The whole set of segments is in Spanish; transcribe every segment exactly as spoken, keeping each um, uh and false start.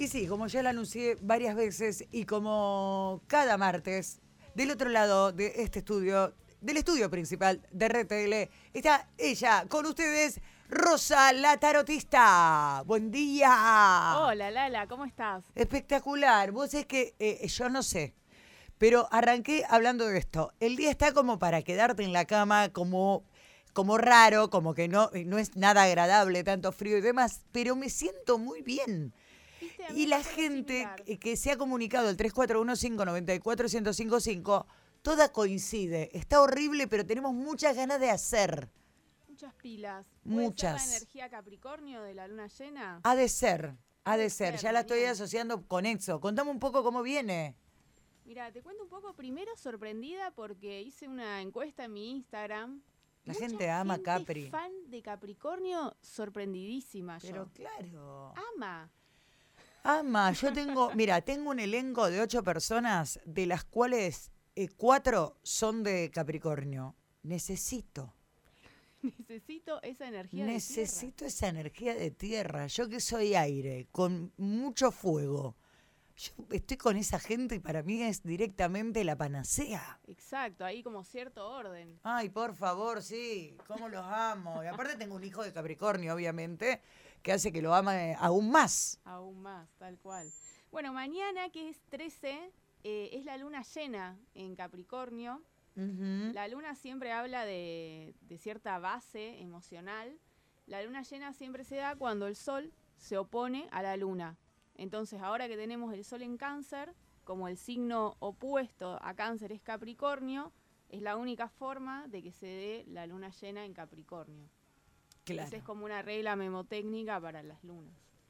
Y sí, como ya lo anuncié varias veces y como cada martes, del otro lado de este estudio, del estudio principal de R T L, está ella, con ustedes, Rosa la tarotista. Buen día. Hola, Lala, ¿cómo estás? Espectacular. Vos es que eh, yo no sé, pero arranqué hablando de esto. El día está como para quedarte en la cama, como, como raro, como que no, no es nada agradable, tanto frío y demás, pero me siento muy bien. ¿Viste? A mí Y me la pasó gente similar. que, que se ha comunicado al tres cuatro uno, cinco nueve cuatro, uno cero cinco cinco, toda coincide. Está horrible, pero tenemos muchas ganas de hacer. Muchas pilas. Muchas. ¿Puede ser la energía Capricornio de la luna llena? Ha de ser, ha Ha de de ser. ser, Ya la estoy Mariana. asociando con eso. Contame un poco cómo viene. Mira, te cuento un poco. Primero sorprendida porque hice una encuesta en mi Instagram. La Mucha gente ama gente Capri. fan de Capricornio, sorprendidísima Pero yo. claro. Ama. Ama, yo tengo, mira, tengo un elenco de ocho personas, de las cuales eh, cuatro son de Capricornio. Necesito. Necesito esa energía de Necesito esa energía de tierra. Yo que soy aire, con mucho fuego. Yo estoy con esa gente y para mí es directamente la panacea. tierra. Exacto, ahí como cierto orden. Ay, por favor, sí, cómo los amo. Y aparte tengo un hijo de Capricornio, obviamente, que hace que lo ame aún más. Aún más, tal cual. Bueno, mañana, que es trece, eh, es la luna llena en Capricornio. Ujú. La luna siempre habla de, de cierta base emocional. La luna llena siempre se da cuando el sol se opone a la luna. Entonces, ahora que tenemos el sol en Cáncer, como el signo opuesto a Cáncer es Capricornio, es la única forma de que se dé la luna llena en Capricornio. Claro. Esa es como una regla memotécnica para las lunas.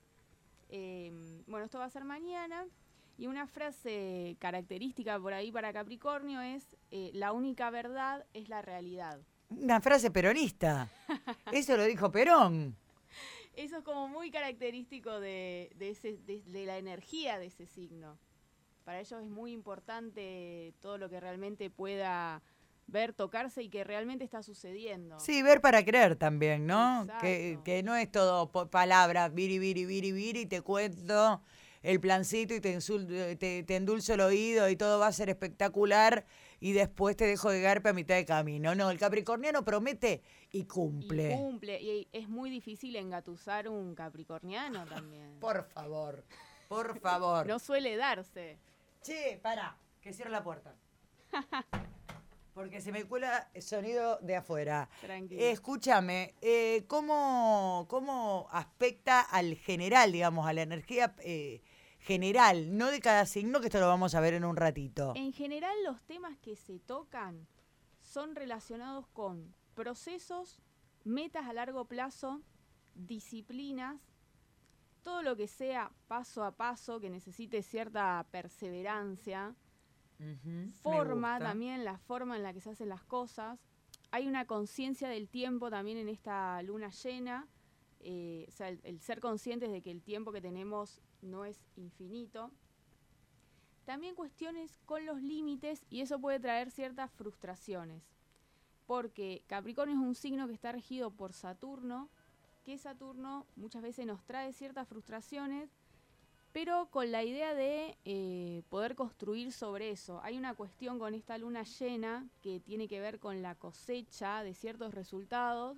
Eh, bueno, esto va a ser mañana. Y una frase característica por ahí para Capricornio es, eh, la única verdad es la realidad. Una frase peronista. Eso lo dijo Perón. Eso es como muy característico de, de, ese, de, de la energía de ese signo. Para ellos es muy importante todo lo que realmente pueda ver, tocarse y que realmente está sucediendo. Sí, ver para creer también, ¿no? Exacto. Que, que no es todo po- palabras, viri, viri, viri, viri, te cuento el plancito y te, insul- te, te endulzo el oído y todo va a ser espectacular y después te dejo de garpe a mitad de camino. No, el capricorniano promete y cumple. Y cumple. Y es muy difícil engatusar un capricorniano también. Por favor, por favor. No suele darse. Che, pará, que cierre la puerta. Porque se me cuela el sonido de afuera. Tranquilo. Eh, escúchame, eh, ¿cómo, ¿cómo aspecta al general, digamos, a la energía eh, general, no de cada signo, que esto lo vamos a ver en un ratito? En general, los temas que se tocan son relacionados con procesos, metas a largo plazo, disciplinas, todo lo que sea paso a paso, que necesite cierta perseverancia, Ujú, forma me gusta. también, la forma en la que se hacen las cosas. Hay una conciencia del tiempo también en esta luna llena, eh, o sea, el, el ser conscientes de que el tiempo que tenemos no es infinito. También cuestiones con los límites y eso puede traer ciertas frustraciones. Porque Capricornio es un signo que está regido por Saturno, que Saturno muchas veces nos trae ciertas frustraciones, pero con la idea de eh, poder construir sobre eso. Hay una cuestión con esta luna llena que tiene que ver con la cosecha de ciertos resultados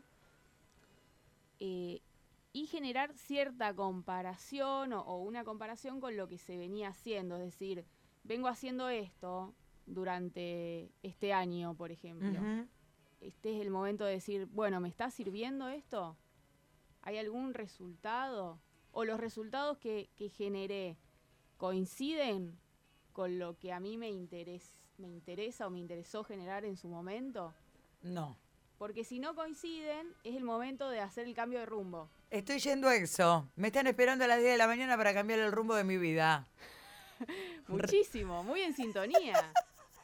eh, y generar cierta comparación o, o una comparación con lo que se venía haciendo. Es decir, vengo haciendo esto durante este año, por ejemplo. Ujú. Este es el momento de decir, bueno, ¿me está sirviendo esto? ¿Hay algún resultado? ¿O los resultados que, que generé coinciden con lo que a mí me, interes, me interesa o me interesó generar en su momento? No. Porque si no coinciden, es el momento de hacer el cambio de rumbo. Estoy yendo a eso. Me están esperando a las diez de la mañana para cambiar el rumbo de mi vida. Muchísimo, muy en sintonía.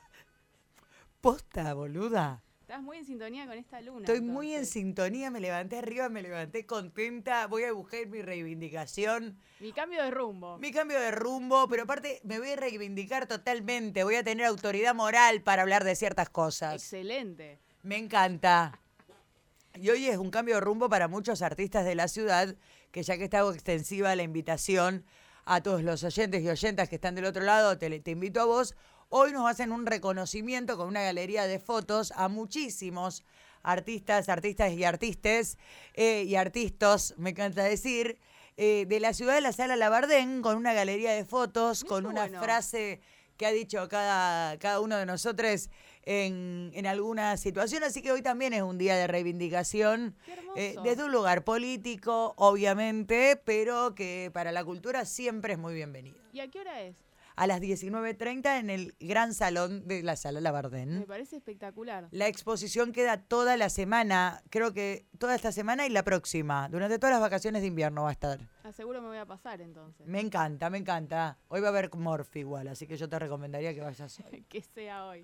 Posta, boluda. Estás muy en sintonía con esta luna. Estoy muy en entonces. sintonía, me levanté arriba, me levanté contenta, voy a buscar mi reivindicación, Mi cambio de rumbo. mi cambio de rumbo, pero aparte me voy a reivindicar totalmente, voy a tener autoridad moral para hablar de ciertas cosas. Excelente. Me encanta. Y hoy es un cambio de rumbo para muchos artistas de la ciudad, que ya que está extensiva la invitación a todos los oyentes y oyentas que están del otro lado, te, te invito a vos. Hoy nos hacen un reconocimiento con una galería de fotos a muchísimos artistas, artistas y artistes, eh, y artistas, me encanta decir, eh, de la ciudad de la Sala Labardén, con una galería de fotos, Muy con una bueno. frase que ha dicho cada, cada uno de nosotros en, en alguna situación. Así que hoy también es un día de reivindicación, Qué hermoso. eh, desde un lugar político, obviamente, pero que para la cultura siempre es muy bienvenido. ¿Y a qué hora es? A las diecinueve treinta en el gran salón de la Sala Labardén. Me parece espectacular. La exposición queda toda la semana, creo que toda esta semana y la próxima. Durante todas las vacaciones de invierno va a estar. Aseguro me voy a pasar entonces. Me encanta, me encanta. Hoy va a haber Morphy igual, así que yo te recomendaría que vayas hoy. Que sea hoy.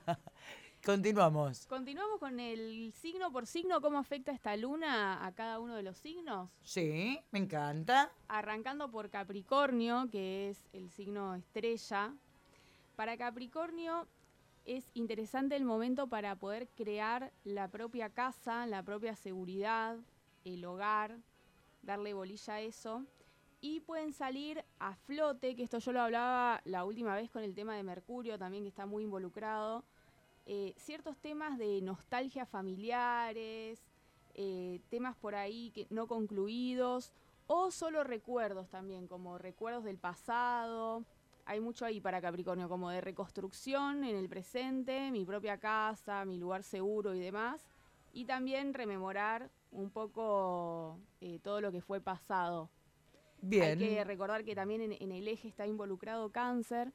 Continuamos. Continuamos con el signo por signo, cómo afecta esta luna a cada uno de los signos. Sí, me encanta. Arrancando por Capricornio, que es el signo estrella. Para Capricornio es interesante el momento para poder crear la propia casa, la propia seguridad, el hogar, darle bolilla a eso. Y pueden salir a flote, que esto yo lo hablaba la última vez con el tema de Mercurio, también que está muy involucrado. Eh, ciertos temas de nostalgia familiares, eh, temas por ahí que no concluidos, o solo recuerdos también, como recuerdos del pasado. Hay mucho ahí para Capricornio, como de reconstrucción en el presente, mi propia casa, mi lugar seguro y demás. Y también rememorar un poco eh, todo lo que fue pasado. Bien. Hay que recordar que también en, en el eje está involucrado Cáncer.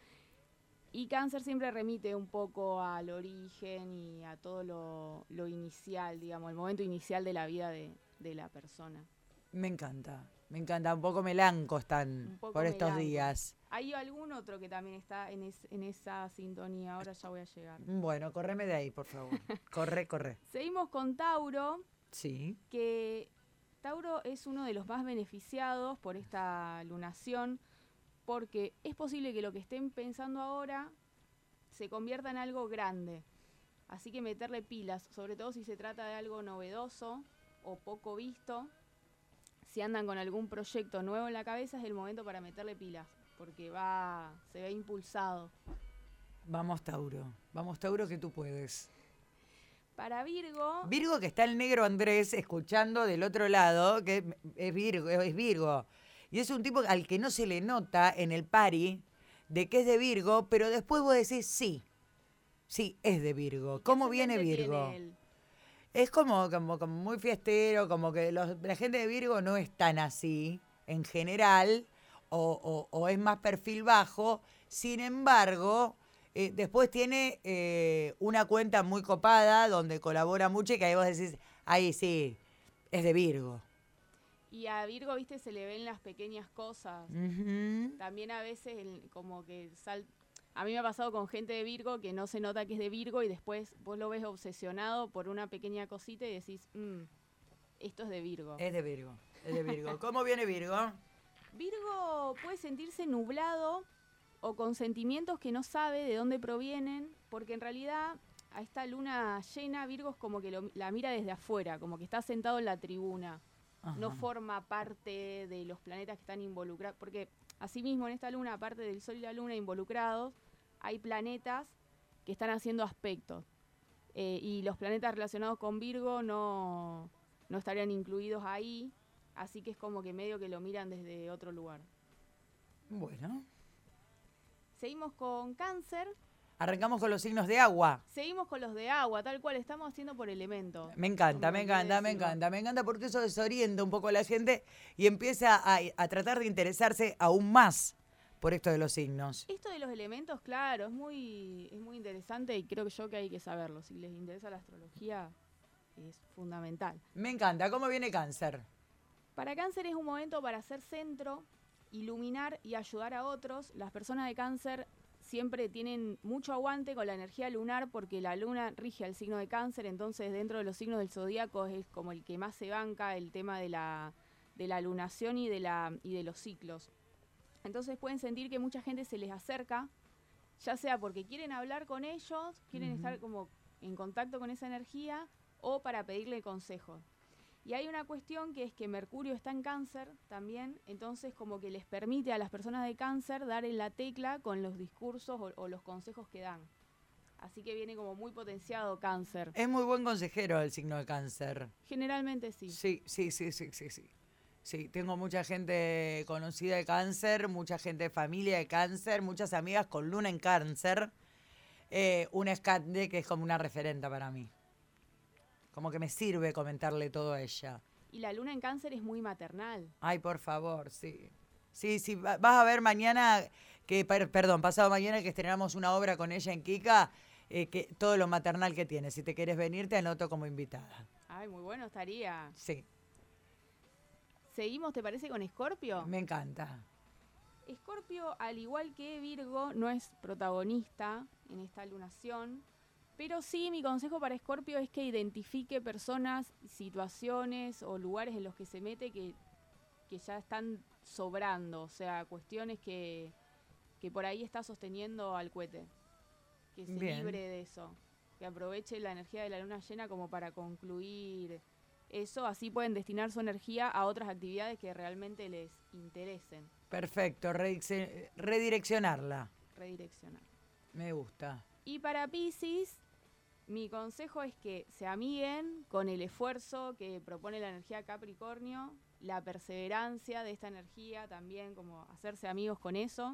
Y Cáncer siempre remite un poco al origen y a todo lo, lo inicial, digamos, el momento inicial de la vida de, de la persona. Me encanta, me encanta. Un poco melanco están Un poco por estos melanco. días. Hay algún otro que también está en, es, en esa sintonía, ahora ya voy a llegar. Bueno, correme de ahí, por favor. Corre, corre. Seguimos con Tauro, Sí. que Tauro es uno de los más beneficiados por esta lunación, porque es posible que lo que estén pensando ahora se convierta en algo grande. Así que meterle pilas, sobre todo si se trata de algo novedoso o poco visto. Si andan con algún proyecto nuevo en la cabeza, es el momento para meterle pilas, porque va, se ve impulsado. Vamos, Tauro. Vamos, Tauro, que tú puedes. Para Virgo... Virgo, que está el negro Andrés escuchando del otro lado, que es Virgo, es Virgo. Y es un tipo al que no se le nota en el party de que es de Virgo, pero después vos decís sí. Sí, es de Virgo. ¿Cómo viene Virgo? Es como, como, como muy fiestero, como que los, la gente de Virgo no es tan así en general, o, o, o es más perfil bajo. Sin embargo, eh, después tiene eh, una cuenta muy copada donde colabora mucho y que ahí vos decís, ahí sí, es de Virgo. Y a Virgo, viste, se le ven las pequeñas cosas. Uh-huh. También a veces el, como que sal... A mí me ha pasado con gente de Virgo que no se nota que es de Virgo y después vos lo ves obsesionado por una pequeña cosita y decís, mmm, esto es de Virgo. Es de Virgo, es de Virgo. ¿Cómo viene Virgo? Virgo puede sentirse nublado o con sentimientos que no sabe de dónde provienen, porque en realidad a esta luna llena Virgo es como que lo, la mira desde afuera, como que está sentado en la tribuna. Ajá. No forma parte de los planetas que están involucrados, porque asimismo en esta luna, aparte del Sol y la Luna involucrados, hay planetas que están haciendo aspectos. Eh, y los planetas relacionados con Virgo no, no estarían incluidos ahí, así que es como que medio que lo miran desde otro lugar. Bueno. Seguimos con Cáncer. Arrancamos con los signos de agua. Seguimos con los de agua, tal cual, estamos haciendo por elementos. Me encanta, me encanta, me encanta, me encanta porque eso desorienta un poco a la gente y empieza a, a tratar de interesarse aún más por esto de los signos. Esto de los elementos, claro, es muy, es muy interesante y creo que yo que hay que saberlo. Si les interesa la astrología, es fundamental. Me encanta. ¿Cómo viene Cáncer? Para Cáncer es un momento para hacer centro, iluminar y ayudar a otros. Las personas de Cáncer siempre tienen mucho aguante con la energía lunar porque la luna rige al signo de Cáncer, entonces dentro de los signos del zodíaco es como el que más se banca el tema de la, de la lunación y de, la, y de los ciclos. Entonces pueden sentir que mucha gente se les acerca, ya sea porque quieren hablar con ellos, quieren uh-huh. estar como en contacto con esa energía o para pedirle consejos. Y hay una cuestión que es que Mercurio está en Cáncer también, entonces como que les permite a las personas de Cáncer dar en la tecla con los discursos o, o los consejos que dan. Así que viene como muy potenciado Cáncer. Es muy buen consejero el signo de Cáncer. Generalmente sí. Sí, sí, sí, sí, sí, sí. Sí, tengo mucha gente conocida de Cáncer, mucha gente de familia de Cáncer, muchas amigas con luna en Cáncer. Eh, una Escande que es como una referente para mí. Como que me sirve comentarle todo a ella. Y la luna en Cáncer es muy maternal. Ay, por favor, sí. Sí, sí, va- vas a ver mañana, que per- perdón, pasado mañana que estrenamos una obra con ella en Kika, eh, que todo lo maternal que tiene. Si te quieres venir, te anoto como invitada. Ay, muy bueno estaría. Sí, Seguimos, ¿te parece, con Escorpio? me encanta. Escorpio, al igual que Virgo, no es protagonista en esta lunación, pero sí mi consejo para Escorpio es que identifique personas, situaciones o lugares en los que se mete que, que ya están sobrando, o sea, cuestiones que, que por ahí está sosteniendo al cohete, que se Bien. libre de eso, que aproveche la energía de la luna llena como para concluir eso, así pueden destinar su energía a otras actividades que realmente les interesen. Perfecto, redice- redireccionarla. Redireccionar. Me gusta. Y para Piscis, mi consejo es que se amiguen con el esfuerzo que propone la energía Capricornio, la perseverancia de esta energía también, como hacerse amigos con eso.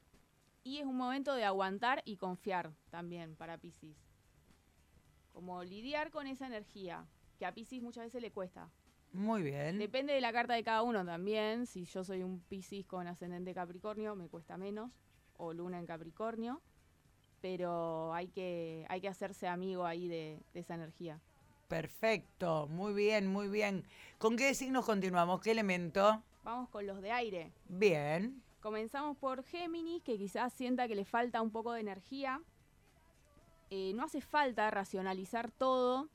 Y es un momento de aguantar y confiar también para Piscis. Como lidiar con esa energía, que a Piscis muchas veces le cuesta. Muy bien. Depende de la carta de cada uno también. Si yo soy un Piscis con ascendente Capricornio, me cuesta menos. O luna en Capricornio. Pero hay que, hay que hacerse amigo ahí de, de esa energía. Perfecto, muy bien, muy bien. ¿Con qué signos continuamos? ¿Qué elemento? Vamos con los de aire. Bien. Comenzamos por Géminis, que quizás sienta que le falta un poco de energía. Eh, no hace falta racionalizar todo,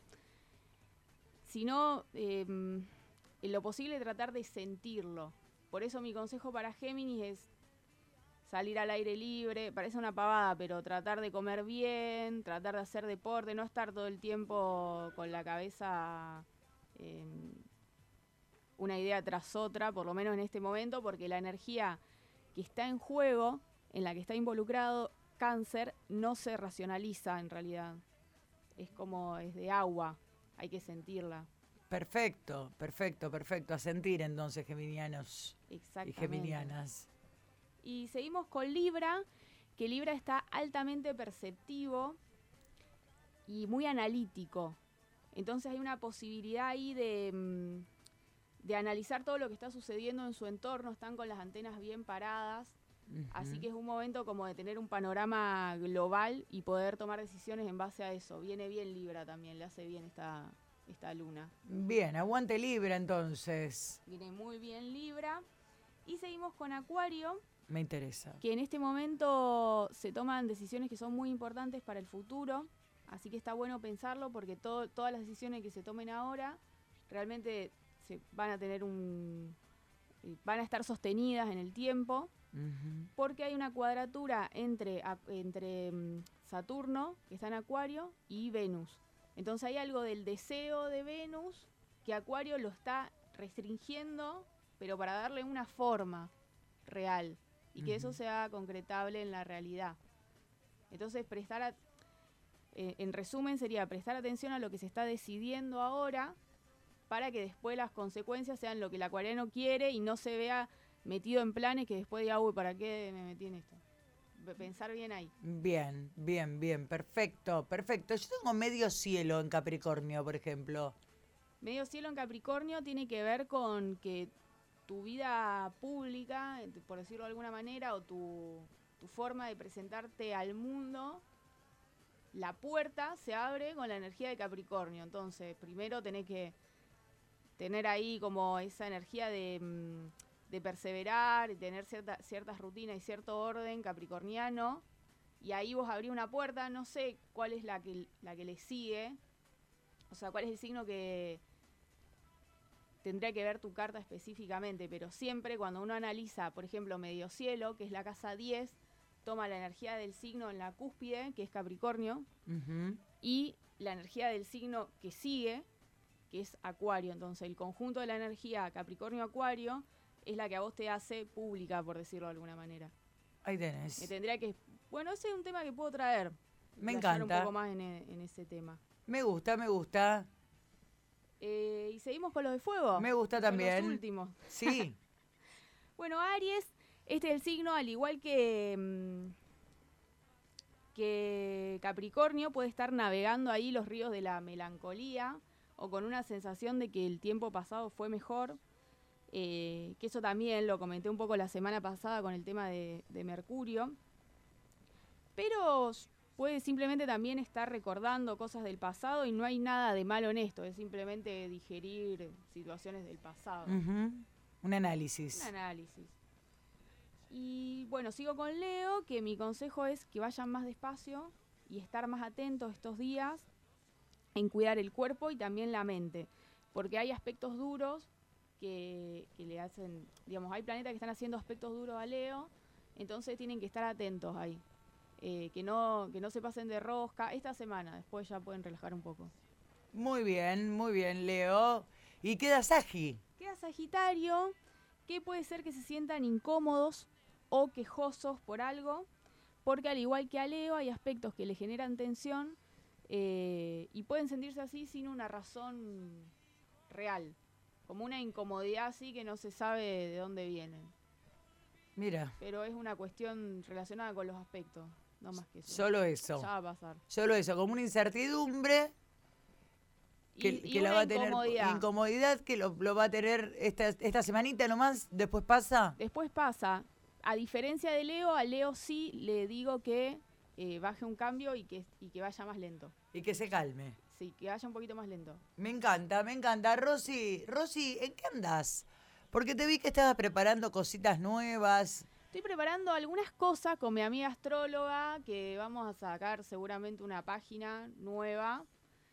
sino eh, en lo posible tratar de sentirlo. Por eso mi consejo para Géminis es salir al aire libre, parece una pavada, pero tratar de comer bien, tratar de hacer deporte, no estar todo el tiempo con la cabeza en una idea tras otra, por lo menos en este momento, porque la energía que está en juego, en la que está involucrado Cáncer, no se racionaliza en realidad. Es como, es de agua, hay que sentirla. Perfecto, perfecto, perfecto. A sentir entonces, geminianos y Exactamente. geminianas. Y seguimos con Libra, que Libra está altamente perceptivo y muy analítico. Entonces hay una posibilidad ahí de, mm, de analizar todo lo que está sucediendo en su entorno, están con las antenas bien paradas. Ujú. Así que es un momento como de tener un panorama global y poder tomar decisiones en base a eso. Viene bien Libra también, le hace bien esta, esta luna. Bien, aguante Libra entonces. Viene muy bien Libra. Y seguimos con Acuario, Me interesa. que en este momento se toman decisiones que son muy importantes para el futuro. Así que está bueno pensarlo porque todo, todas las decisiones que se tomen ahora realmente se van a tener un, van a estar sostenidas en el tiempo. Ujú. Porque hay una cuadratura entre, entre um, Saturno, que está en Acuario, y Venus. Entonces hay algo del deseo de Venus que Acuario lo está restringiendo, pero para darle una forma real y que Ujú. eso sea concretable en la realidad. Entonces prestar, a, eh, en resumen sería prestar atención a lo que se está decidiendo ahora para que después las consecuencias sean lo que el acuariano quiere y no se vea metido en planes que después diga, uy, ¿para qué me metí en esto? Pensar bien ahí. Bien, bien, bien, perfecto, perfecto. Yo tengo medio cielo en Capricornio, por ejemplo. Medio cielo en Capricornio tiene que ver con que tu vida pública, por decirlo de alguna manera, o tu, tu forma de presentarte al mundo, la puerta se abre con la energía de Capricornio. Entonces, primero tenés que tener ahí como esa energía de... de perseverar y tener cierta, ciertas rutinas y cierto orden capricorniano, y ahí vos abrís una puerta, no sé cuál es la que, la que le sigue, o sea, cuál es el signo que tendría que ver tu carta específicamente, pero siempre cuando uno analiza, por ejemplo, medio cielo, que es la casa diez, toma la energía del signo en la cúspide, que es Capricornio, Ujú. y la energía del signo que sigue, que es Acuario. Entonces, el conjunto de la energía Capricornio-Acuario es la que a vos te hace pública, por decirlo de alguna manera. Ahí tenés. Me tendría que... Bueno, ese es un tema que puedo traer. Me encanta. Un poco más en, en ese tema. Me gusta, me gusta. Eh, ¿Y seguimos con los de fuego? Me gusta también. Los últimos. Sí. Bueno, Aries, este es el signo, al igual que, mmm, que Capricornio, puede estar navegando ahí los ríos de la melancolía o con una sensación de que el tiempo pasado fue mejor. Eh, que eso también lo comenté un poco la semana pasada con el tema de, de Mercurio. Pero puede simplemente también estar recordando cosas del pasado y no hay nada de malo en esto, es simplemente digerir situaciones del pasado. Uh-huh. Un análisis. Un análisis. Y bueno, sigo con Leo, que mi consejo es que vayan más despacio y estar más atentos estos días en cuidar el cuerpo y también la mente, porque hay aspectos duros que, que le hacen, digamos, hay planetas que están haciendo aspectos duros a Leo, entonces tienen que estar atentos ahí. Eh, que no que no se pasen de rosca esta semana, después ya pueden relajar un poco. Muy bien, muy bien, Leo. Y queda Sagi. Queda Sagitario, que puede ser que se sientan incómodos o quejosos por algo, porque al igual que a Leo hay aspectos que le generan tensión eh, y pueden sentirse así sin una razón real, como una incomodidad así que no se sabe de dónde vienen. Mira. Pero es una cuestión relacionada con los aspectos. No más que eso. Solo eso. Ya va a pasar. Solo eso, como una incertidumbre que, y, y que la va a tener. Incomodidad. Incomodidad que lo, lo va a tener esta, esta semanita nomás, después pasa. Después pasa. A diferencia de Leo, a Leo sí le digo que eh, baje un cambio y que, y que vaya más lento. Y que se calme. Sí, que vaya un poquito más lento. Me encanta, me encanta. Rosy, Rosy, ¿en qué andás? Porque te vi que estabas preparando cositas nuevas. Estoy preparando algunas cosas con mi amiga astróloga, que vamos a sacar seguramente una página nueva.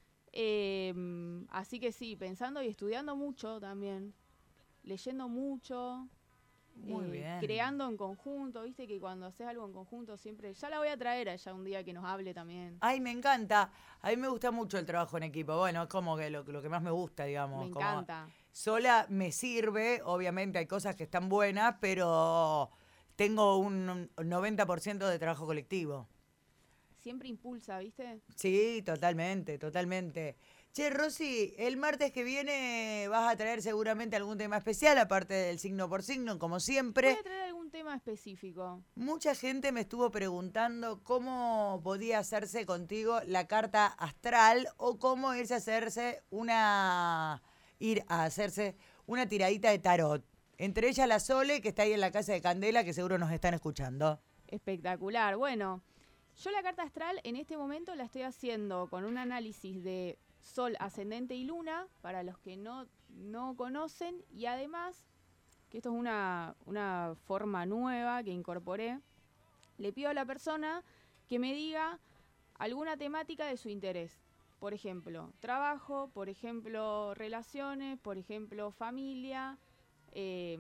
Eh, así que sí, pensando y estudiando mucho también, leyendo mucho, Muy eh, bien. creando en conjunto. Viste que cuando haces algo en conjunto siempre... Ya la voy a traer a ella un día que nos hable también. Ay, me encanta. A mí me gusta mucho el trabajo en equipo. Bueno, es como que lo, lo que más me gusta, digamos. Me como encanta. Sola me sirve, obviamente hay cosas que están buenas, pero tengo un noventa por ciento de trabajo colectivo. Siempre impulsa, ¿viste? Sí, totalmente, totalmente. Che, Rosy, el martes que viene vas a traer seguramente algún tema especial, aparte del signo por signo, como siempre. Voy a traer algún tema específico. Mucha gente me estuvo preguntando cómo podía hacerse contigo la carta astral o cómo irse a hacerse una... ir a hacerse una tiradita de tarot. Entre ellas la Sole, que está ahí en la casa de Candela, que seguro nos están escuchando. Espectacular. Bueno, yo la carta astral en este momento la estoy haciendo con un análisis de Sol, Ascendente y Luna, para los que no, no conocen, y además, que esto es una, una forma nueva que incorporé, le pido a la persona que me diga alguna temática de su interés. Por ejemplo, trabajo, por ejemplo, relaciones, por ejemplo, familia, eh,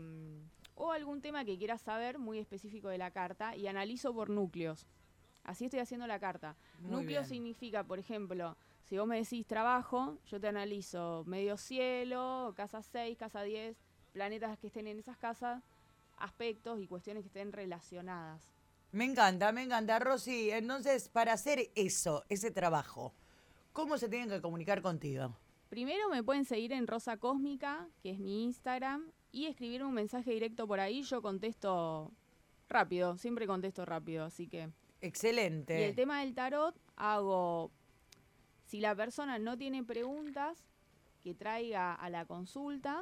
o algún tema que quiera saber muy específico de la carta y analizo por núcleos. Así estoy haciendo la carta. Muy Núcleo bien. significa, por ejemplo, si vos me decís trabajo, yo te analizo medio cielo, casa seis, casa diez, planetas que estén en esas casas, aspectos y cuestiones que estén relacionadas. Me encanta, me encanta, Rosy. Entonces, para hacer eso, ese trabajo, ¿cómo se tienen que comunicar contigo? Primero me pueden seguir en Rosa Cósmica, que es mi Instagram, y escribir un mensaje directo por ahí. Yo contesto rápido, siempre contesto rápido, así que... Excelente. Y el tema del tarot, hago... Si la persona no tiene preguntas, que traiga a la consulta.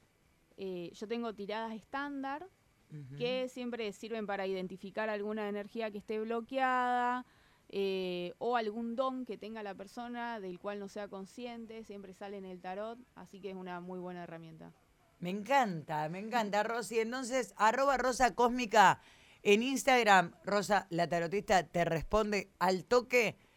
Eh, yo tengo tiradas estándar, Uh-huh. que siempre sirven para identificar alguna energía que esté bloqueada, eh, o algún don que tenga la persona del cual no sea consciente, siempre sale en el tarot, así que es una muy buena herramienta. Me encanta, me encanta, Rosy. Entonces, arroba Rosa Cósmica en Instagram, Rosa la tarotista te responde al toque.